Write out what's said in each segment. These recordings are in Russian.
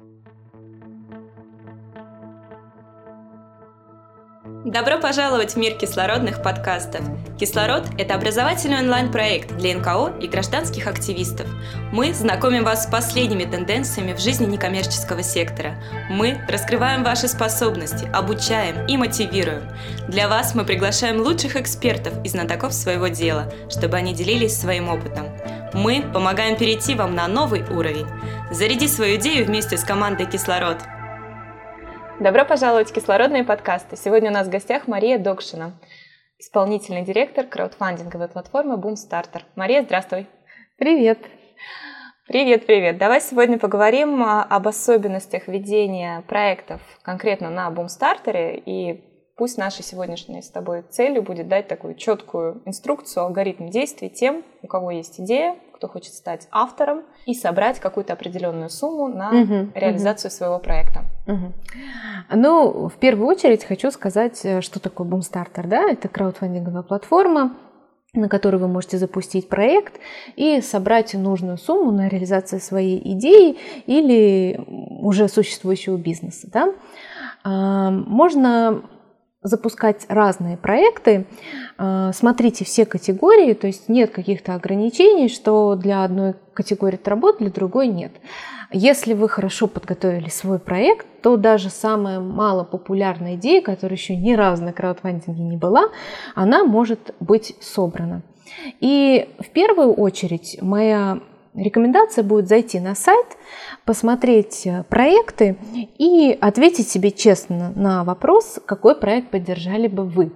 Добро пожаловать в мир кислородных подкастов. «Кислород» — это образовательный онлайн-проект для НКО и гражданских активистов. Мы знакомим вас с последними тенденциями в жизни некоммерческого сектора. Мы раскрываем ваши способности, обучаем и мотивируем. Для вас мы приглашаем лучших экспертов и знатоков своего дела, чтобы они делились своим опытом. Мы помогаем перейти вам на новый уровень. Заряди свою идею вместе с командой «Кислород». Добро пожаловать в кислородные подкасты. Сегодня у нас в гостях Мария Докшина, исполнительный директор краудфандинговой платформы Boomstarter. Мария, здравствуй. Привет. Привет. Давай сегодня поговорим об особенностях ведения проектов конкретно на Boomstarter. И пусть нашей сегодняшней с тобой целью будет дать такую четкую инструкцию, алгоритм действий тем, у кого есть идея, кто хочет стать автором и собрать какую-то определенную сумму на реализацию своего проекта. Ну, в первую очередь хочу сказать, что такое Boomstarter. Да? Это краудфандинговая платформа, на которой вы можете запустить проект и собрать нужную сумму на реализацию своей идеи или уже существующего бизнеса. Да? Можно запускать разные проекты, смотрите все категории, то есть нет каких-то ограничений, что для одной категории это работает, для другой нет. Если вы хорошо подготовили свой проект, то даже самая малопопулярная идея, которая еще ни разу на краудфандинге не была, она может быть собрана. И в первую очередь моя рекомендация будет зайти на сайт, посмотреть проекты и ответить себе честно на вопрос, какой проект поддержали бы вы.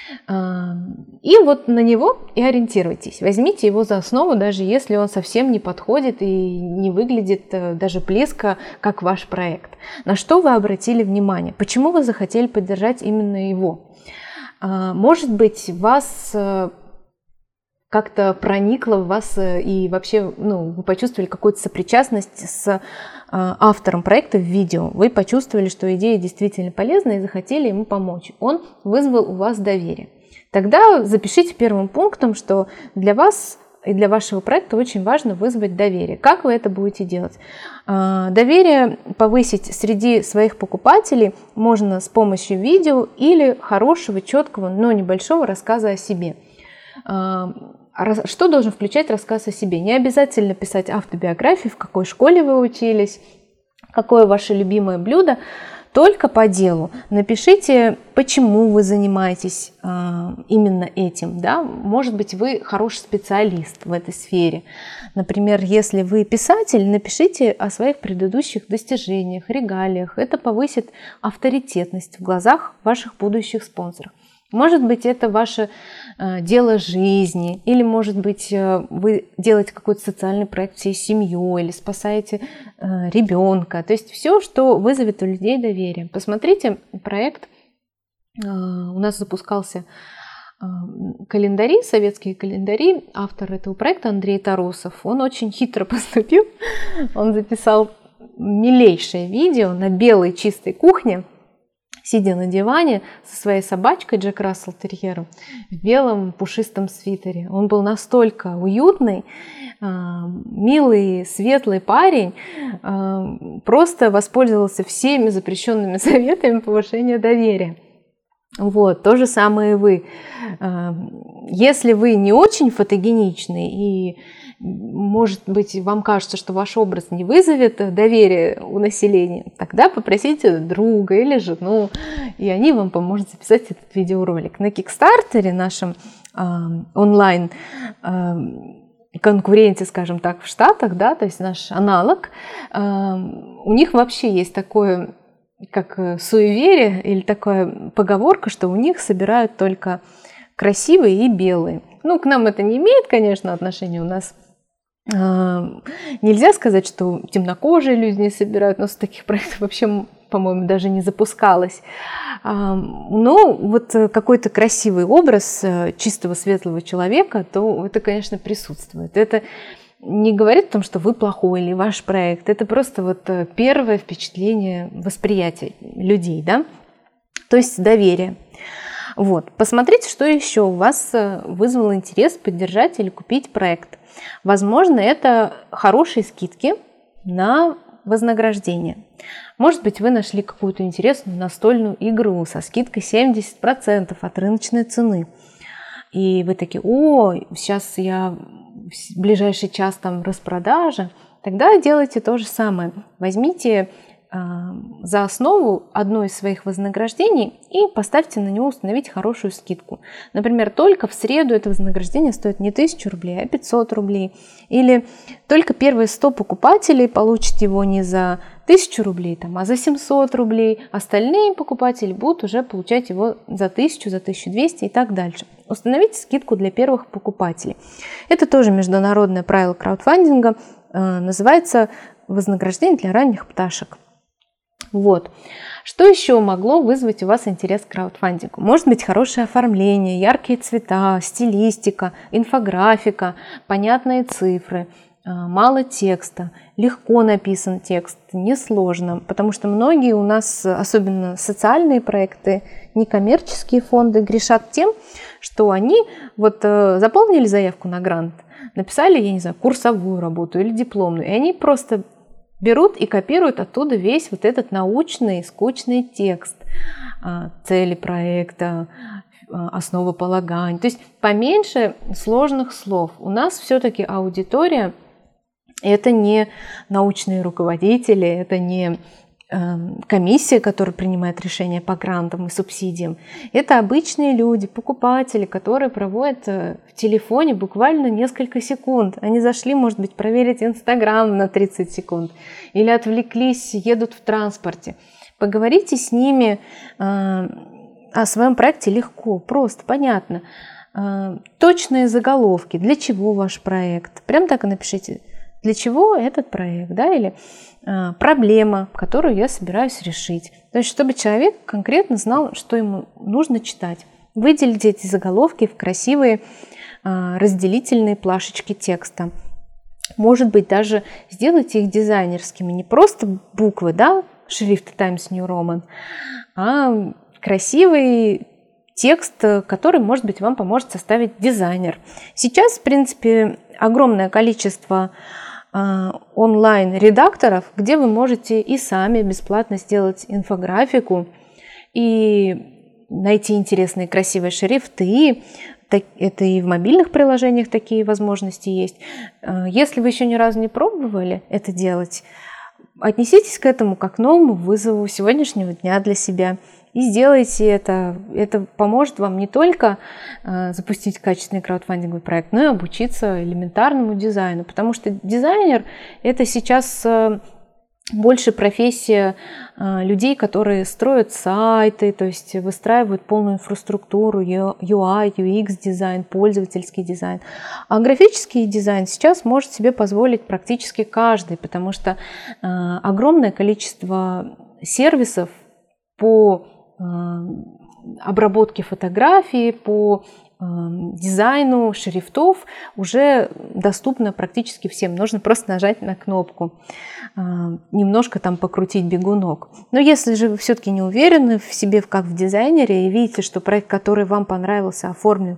И вот на него и ориентируйтесь. Возьмите его за основу, даже если он совсем не подходит и не выглядит даже близко, как ваш проект. На что вы обратили внимание? Почему вы захотели поддержать именно его? Может быть, вас как-то проникло в вас и вообще вы почувствовали какую-то сопричастность с автором проекта в видео. Вы почувствовали, что идея действительно полезна и захотели ему помочь. Он вызвал у вас доверие. Тогда запишите первым пунктом, что для вас и для вашего проекта очень важно вызвать доверие. Как вы это будете делать? Доверие повысить среди своих покупателей можно с помощью видео или хорошего, четкого, но небольшого рассказа о себе. Что должен включать рассказ о себе? Не обязательно писать автобиографию, в какой школе вы учились, какое ваше любимое блюдо, только по делу. Напишите, почему вы занимаетесь именно этим. Да? Может быть, вы хороший специалист в этой сфере. Например, если вы писатель, напишите о своих предыдущих достижениях, регалиях. Это повысит авторитетность в глазах ваших будущих спонсоров. Может быть, это ваше дело жизни, или, может быть, вы делаете какой-то социальный проект всей семьей, или спасаете ребенка. То есть все, что вызовет у людей доверие. Посмотрите проект. У нас запускался календари, советские календари. Автор этого проекта Андрей Тарусов. Он очень хитро поступил. Он записал милейшее видео на белой чистой кухне, сидя на диване со своей собачкой Джек Рассел терьером в белом пушистом свитере. Он был настолько уютный, милый, светлый парень, просто воспользовался всеми запрещенными советами повышения доверия. Вот, то же самое и вы. Если вы не очень фотогеничный и, может быть, вам кажется, что ваш образ не вызовет доверия у населения, тогда попросите друга или жену, и они вам помогут записать этот видеоролик. На Кикстартере, нашем онлайн конкуренте, скажем так, в Штатах, да, то есть наш аналог, у них вообще есть такое, как суеверие или такая поговорка, что у них собирают только красивые и белые. К нам это не имеет, конечно, отношения. У нас нельзя сказать, что темнокожие люди не собирают, но с таких проектов вообще, по-моему, даже не запускалось. Но вот какой-то красивый образ чистого светлого человека, то это, конечно, присутствует. Это не говорит о том, что вы плохой или ваш проект. Это просто вот первое впечатление восприятия людей, да? То есть доверие. Вот. Посмотрите, что еще у вас вызвало интерес поддержать или купить проект. Возможно, это хорошие скидки на вознаграждение. Может быть, вы нашли какую-то интересную настольную игру со скидкой 70% от рыночной цены. И вы такие: о, сейчас я в ближайший час там распродажа. Тогда делайте то же самое. Возьмите за основу одно из своих вознаграждений и поставьте на него установить хорошую скидку. Например, только в среду это вознаграждение стоит не 1000 рублей, а 500 рублей. Или только первые 100 покупателей получат его не за 1000 рублей, а за 700 рублей. Остальные покупатели будут уже получать его за 1000, за 1200 и так дальше. Установите скидку для первых покупателей. Это тоже международное правило краудфандинга. Называется вознаграждение для ранних пташек. Вот. Что еще могло вызвать у вас интерес к краудфандингу? Может быть, хорошее оформление, яркие цвета, стилистика, инфографика, понятные цифры, мало текста, легко написан текст, несложно, потому что многие у нас, особенно социальные проекты, некоммерческие фонды, грешат тем, что они заполнили заявку на грант, написали, я не знаю, курсовую работу или дипломную, и они просто берут и копируют оттуда весь этот научный, скучный текст, цели проекта, основополагания. То есть поменьше сложных слов. У нас все-таки аудитория – это не научные руководители, это не комиссия, которая принимает решения по грантам и субсидиям. Это обычные люди, покупатели, которые проводят в телефоне буквально несколько секунд. Они зашли, может быть, проверить Инстаграм на 30 секунд или отвлеклись, едут в транспорте. Поговорите с ними о своем проекте легко, просто, понятно. Точные заголовки, для чего ваш проект. Прям так и напишите, для чего этот проект, да, или проблема, которую я собираюсь решить. То есть, чтобы человек конкретно знал, что ему нужно читать. Выделите эти заголовки в красивые разделительные плашечки текста. Может быть, даже сделайте их дизайнерскими. Не просто буквы, да, шрифт Times New Roman, а красивый текст, который, может быть, вам поможет составить дизайнер. Сейчас, в принципе, огромное количество онлайн-редакторов, где вы можете и сами бесплатно сделать инфографику и найти интересные красивые шрифты. Это и в мобильных приложениях такие возможности есть. Если вы еще ни разу не пробовали это делать, отнеситесь к этому как к новому вызову сегодняшнего дня для себя. И сделайте это. Это поможет вам не только запустить качественный краудфандинговый проект, но и обучиться элементарному дизайну. Потому что дизайнер – это сейчас больше профессия людей, которые строят сайты, то есть выстраивают полную инфраструктуру, UI, UX дизайн, пользовательский дизайн. А графический дизайн сейчас может себе позволить практически каждый, потому что огромное количество сервисов по обработке фотографий, по дизайну шрифтов уже доступно практически всем. Нужно просто нажать на кнопку, немножко там покрутить бегунок. Но если же вы все-таки не уверены в себе, как в дизайнере, и видите, что проект, который вам понравился, оформлен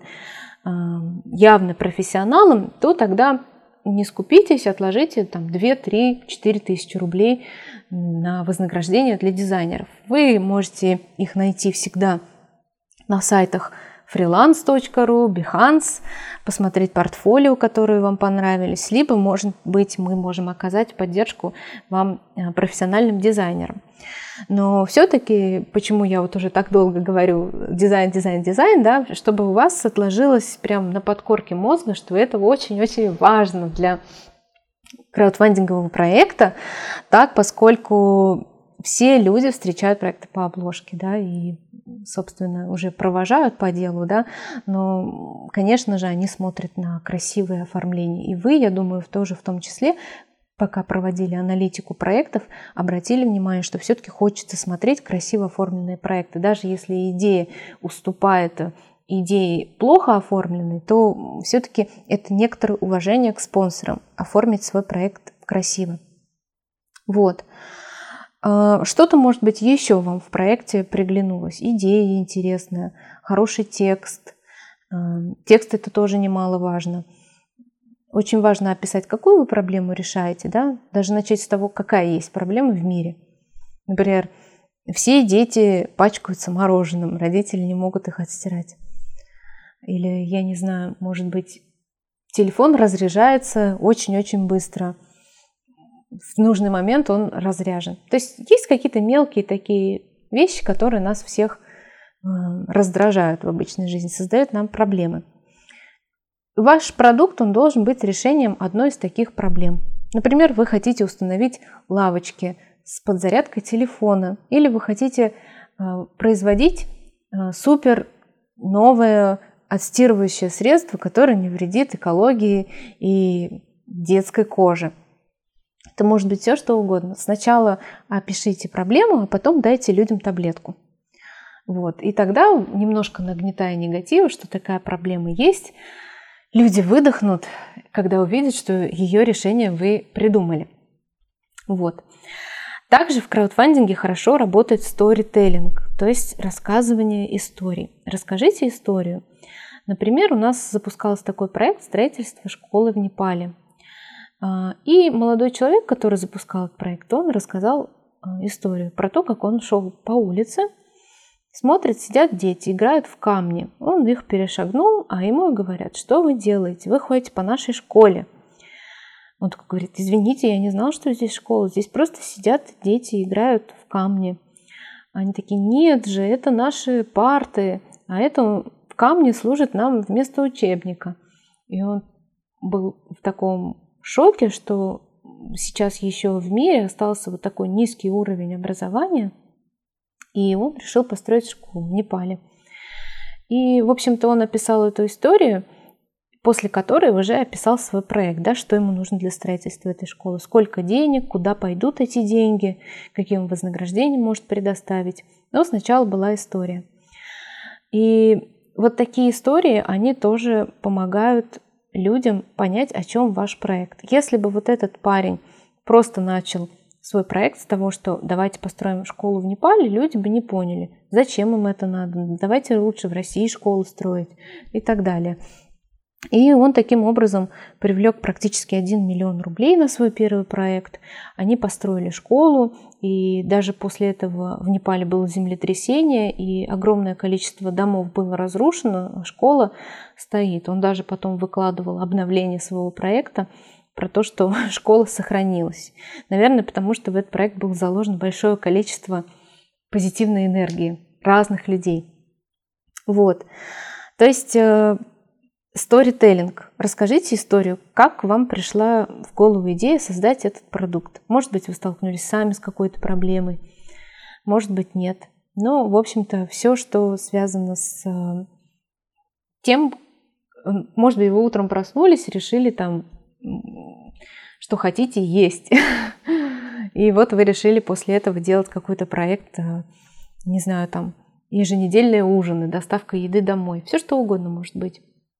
явно профессионалом, то тогда не скупитесь, отложите 2, 3, 4 тысячи рублей на вознаграждение для дизайнеров. Вы можете их найти всегда на сайтах freelance.ru, Behance, посмотреть портфолио, которые вам понравились, либо, может быть, мы можем оказать поддержку вам профессиональным дизайнерам. Но все-таки, почему я уже так долго говорю дизайн, да, чтобы у вас отложилось прямо на подкорке мозга, что это очень-очень важно для краудфандингового проекта, так, поскольку все люди встречают проекты по обложке, да, и, собственно, уже провожают по делу, да, но, конечно же, они смотрят на красивые оформления. И вы, я думаю, тоже в том числе, пока проводили аналитику проектов, обратили внимание, что все-таки хочется смотреть красиво оформленные проекты. Даже если идея уступает идее плохо оформленной, то все-таки это некоторое уважение к спонсорам, оформить свой проект красиво. Вот. Что-то, может быть, еще вам в проекте приглянулось. Идея интересная, хороший текст. Текст – это тоже немаловажно. Очень важно описать, какую вы проблему решаете, да? Даже начать с того, какая есть проблема в мире. Например, все дети пачкаются мороженым, родители не могут их отстирать. Или, я не знаю, может быть, телефон разряжается очень-очень быстро. В нужный момент он разряжен. То есть есть какие-то мелкие такие вещи, которые нас всех раздражают в обычной жизни, создают нам проблемы. Ваш продукт, он должен быть решением одной из таких проблем. Например, вы хотите установить лавочки с подзарядкой телефона, или вы хотите производить супер новое отстирывающее средство, которое не вредит экологии и детской коже. Это может быть все, что угодно. Сначала опишите проблему, а потом дайте людям таблетку. Вот. И тогда, немножко нагнетая негатива, что такая проблема есть, люди выдохнут, когда увидят, что ее решение вы придумали. Вот. Также в краудфандинге хорошо работает сторителлинг, то есть рассказывание историй. Расскажите историю. Например, у нас запускался такой проект строительства школы в Непале. И молодой человек, который запускал этот проект, он рассказал историю про то, как он шел по улице, смотрит, сидят дети, играют в камни. Он их перешагнул, а ему говорят: что вы делаете? Вы ходите по нашей школе. Он такой говорит: извините, я не знал, что здесь школа. Здесь просто сидят дети, играют в камни. Они такие: нет же, это наши парты, а это камни служат нам вместо учебника. И он был в таком шоке, что сейчас еще в мире остался вот такой низкий уровень образования, и он решил построить школу в Непале. И, в общем-то, он описал эту историю, после которой уже описал свой проект, да, что ему нужно для строительства этой школы, сколько денег, куда пойдут эти деньги, какие он вознаграждения может предоставить. Но сначала была история. И вот такие истории, они тоже помогают людям понять, о чем ваш проект. Если бы вот этот парень просто начал свой проект с того, что давайте построим школу в Непале, люди бы не поняли, зачем им это надо, давайте лучше в России школы строить и так далее. И он таким образом привлек практически 1 миллион рублей на свой первый проект. Они построили школу, и даже после этого в Непале было землетрясение, и огромное количество домов было разрушено, а школа стоит. Он даже потом выкладывал обновление своего проекта про то, что школа сохранилась. Наверное, потому что в этот проект было заложено большое количество позитивной энергии разных людей. Вот. То есть сторителлинг. Расскажите историю, как вам пришла в голову идея создать этот продукт. Может быть, вы столкнулись сами с какой-то проблемой, может быть, нет. Но, в общем-то, все, что связано с тем, может быть, вы утром проснулись, решили там, что хотите есть. И вот вы решили после этого делать какой-то проект, не знаю, там, еженедельные ужины, доставка еды домой. Все, что угодно может быть.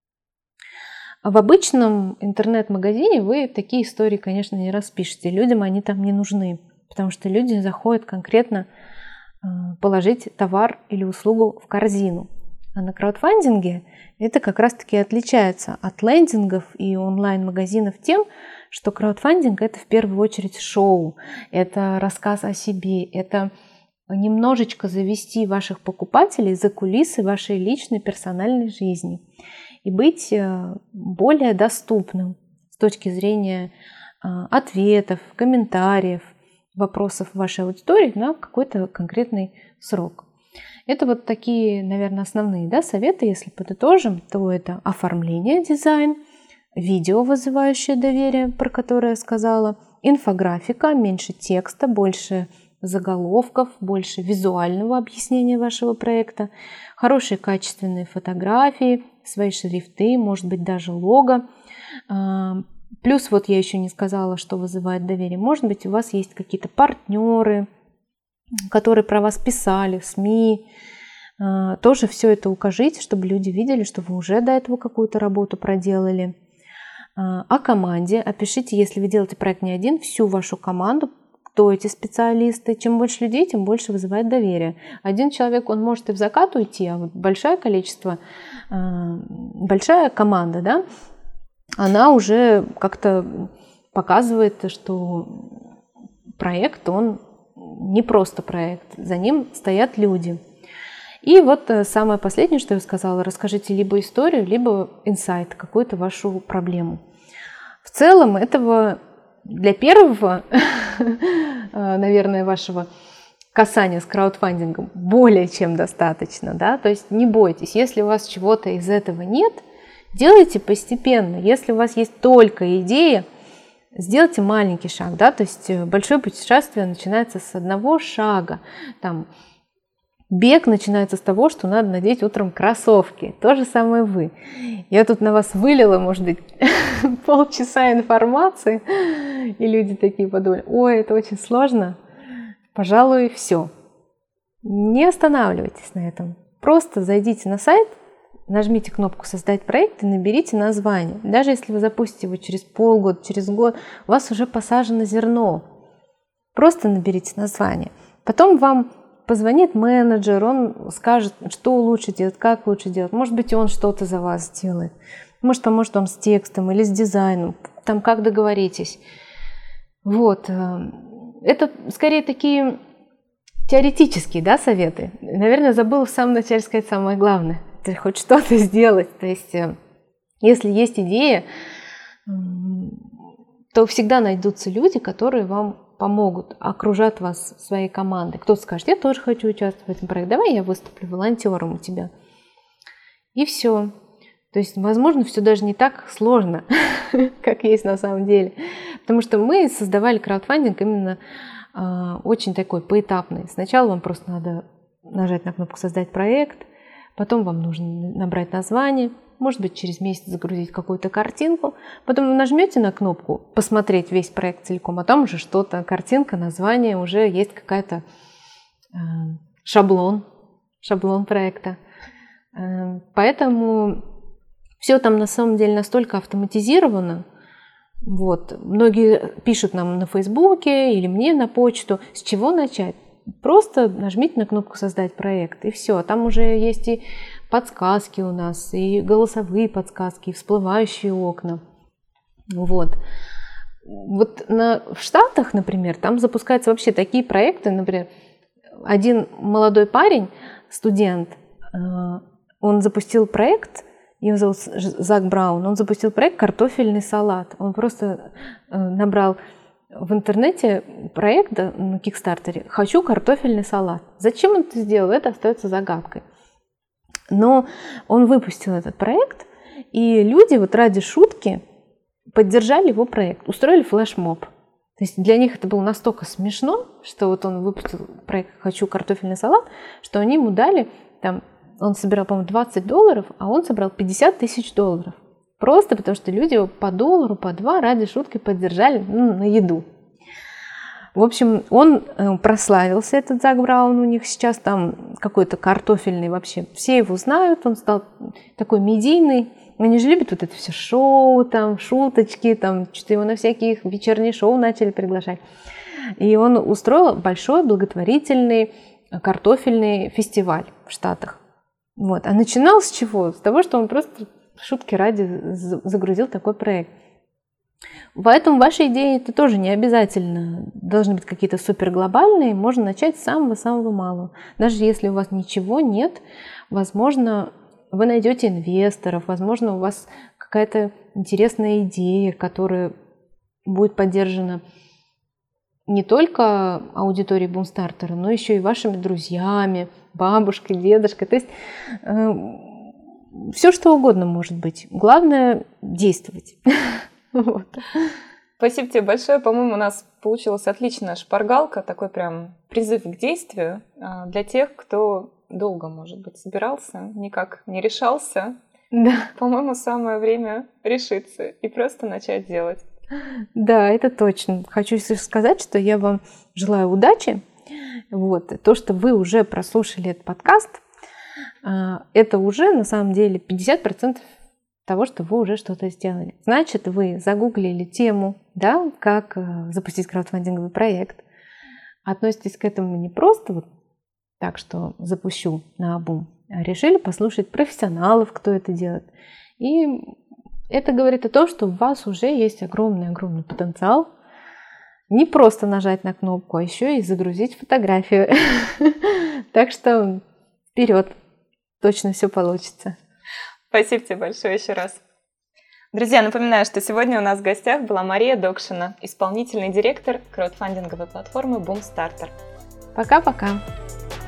А в обычном интернет-магазине вы такие истории, конечно, не распишете. Людям они там не нужны, потому что люди заходят конкретно положить товар или услугу в корзину. А на краудфандинге это как раз-таки отличается от лендингов и онлайн-магазинов тем, что краудфандинг – это в первую очередь шоу, это рассказ о себе, это немножечко завести ваших покупателей за кулисы вашей личной персональной жизни и быть более доступным с точки зрения ответов, комментариев, вопросов вашей аудитории на какой-то конкретный срок. Это вот такие, наверное, основные, да, советы. Если подытожим, то это оформление, дизайн, видео, вызывающее доверие, про которое я сказала, инфографика, меньше текста, больше заголовков, больше визуального объяснения вашего проекта, хорошие качественные фотографии, свои шрифты, может быть, даже лого. Плюс вот я еще не сказала, что вызывает доверие. Может быть, у вас есть какие-то партнеры, которые про вас писали в СМИ. Тоже все это укажите, чтобы люди видели, что вы уже до этого какую-то работу проделали. О команде. Опишите, если вы делаете проект не один, всю вашу команду, кто эти специалисты. Чем больше людей, тем больше вызывает доверие. Один человек, он может и в закат уйти, а вот большое количество, большая команда, да, она уже как-то показывает, что проект, он не просто проект, за ним стоят люди. И вот самое последнее, что я сказала, расскажите либо историю, либо инсайт, какую-то вашу проблему. В целом этого для первого, наверное, вашего касания с краудфандингом более чем достаточно, да, то есть не бойтесь, если у вас чего-то из этого нет, делайте постепенно. Если у вас есть только идея, сделайте маленький шаг, да, то есть большое путешествие начинается с одного шага, там, бег начинается с того, что надо надеть утром кроссовки. То же самое вы. Я тут на вас вылила, может быть, полчаса информации, и люди такие подумали, ой, это очень сложно. Пожалуй, все. Не останавливайтесь на этом. Просто зайдите на сайт, нажмите кнопку «Создать проект» и наберите название. Даже если вы запустите его через полгода, через год, у вас уже посажено зерно. Просто наберите название. Потом вам позвонит менеджер, он скажет, что лучше делать, как лучше делать. Может быть, он что-то за вас сделает. Может, поможет вам с текстом или с дизайном, там как договоритесь. Вот. Это скорее такие теоретические, да, советы. Наверное, забыла в самом начале сказать самое главное. Это хоть что-то сделать. То есть, если есть идея, то всегда найдутся люди, которые вам помогут, окружат вас своей командой. Кто-то скажет, я тоже хочу участвовать в этом проекте, давай я выступлю волонтером у тебя. И все. То есть, возможно, все даже не так сложно, как есть на самом деле. Потому что мы создавали краудфандинг именно очень такой поэтапный. Сначала вам просто надо нажать на кнопку «Создать проект», потом вам нужно набрать название, может быть, через месяц загрузить какую-то картинку. Потом вы нажмете на кнопку «Посмотреть весь проект целиком», а там уже что-то, картинка, название, уже есть какая-то шаблон проекта. Поэтому все там на самом деле настолько автоматизировано. Вот. Многие пишут нам на Фейсбуке или мне на почту, с чего начать. Просто нажмите на кнопку «Создать проект» и все. Там уже есть и подсказки у нас, и голосовые подсказки, и всплывающие окна. Вот. Вот в Штатах, например, там запускаются вообще такие проекты. Например, один молодой парень, студент, он запустил проект, его зовут Зак Браун, он запустил проект «Картофельный салат». Он просто набрал в интернете проект на Кикстартере «Хочу картофельный салат». Зачем он это сделал, это остается загадкой. Но он выпустил этот проект, и люди вот ради шутки поддержали его проект, устроили флешмоб. То есть для них это было настолько смешно, что вот он выпустил проект «Хочу картофельный салат», что они ему дали, там, он собирал, по-моему, $20, а он собрал $50 000. Просто потому что люди его по $1, по $2 ради шутки поддержали на еду. В общем, он прославился, этот Зак Браун, у них сейчас там какой-то картофельный вообще. Все его знают, он стал такой медийный. Они же любят вот это все шоу, там, шуточки, там, что-то его на всякие вечерние шоу начали приглашать. И он устроил большой благотворительный картофельный фестиваль в Штатах. Вот. А начинал с чего? С того, что он просто шутки ради загрузил такой проект. Поэтому ваши идеи это тоже не обязательно должны быть какие-то суперглобальные, можно начать с самого-самого малого. Даже если у вас ничего нет, возможно, вы найдете инвесторов, возможно, у вас какая-то интересная идея, которая будет поддержана не только аудиторией Бумстартера, но еще и вашими друзьями, бабушкой, дедушкой. То есть все что угодно может быть. Главное действовать. Вот. Спасибо тебе большое. По-моему, у нас получилась отличная шпаргалка, такой прям призыв к действию для тех, кто долго, может быть, собирался, никак не решался. Да. По-моему, самое время решиться и просто начать делать. Да, это точно. Хочу сказать, что я вам желаю удачи. Вот. То, что вы уже прослушали этот подкаст, это уже на самом деле 50% того, что вы уже что-то сделали. Значит, вы загуглили тему, да, как запустить краудфандинговый проект. Относитесь к этому не просто вот так, что запущу наобум, а решили послушать профессионалов, кто это делает. И Это говорит о том, что у вас уже есть огромный-огромный потенциал. Не просто нажать на кнопку, а еще и загрузить фотографию. Так что вперед, точно все получится. Спасибо тебе большое еще раз. Друзья, напоминаю, что сегодня у нас в гостях была Мария Докшина, исполнительный директор краудфандинговой платформы Boomstarter. Пока-пока.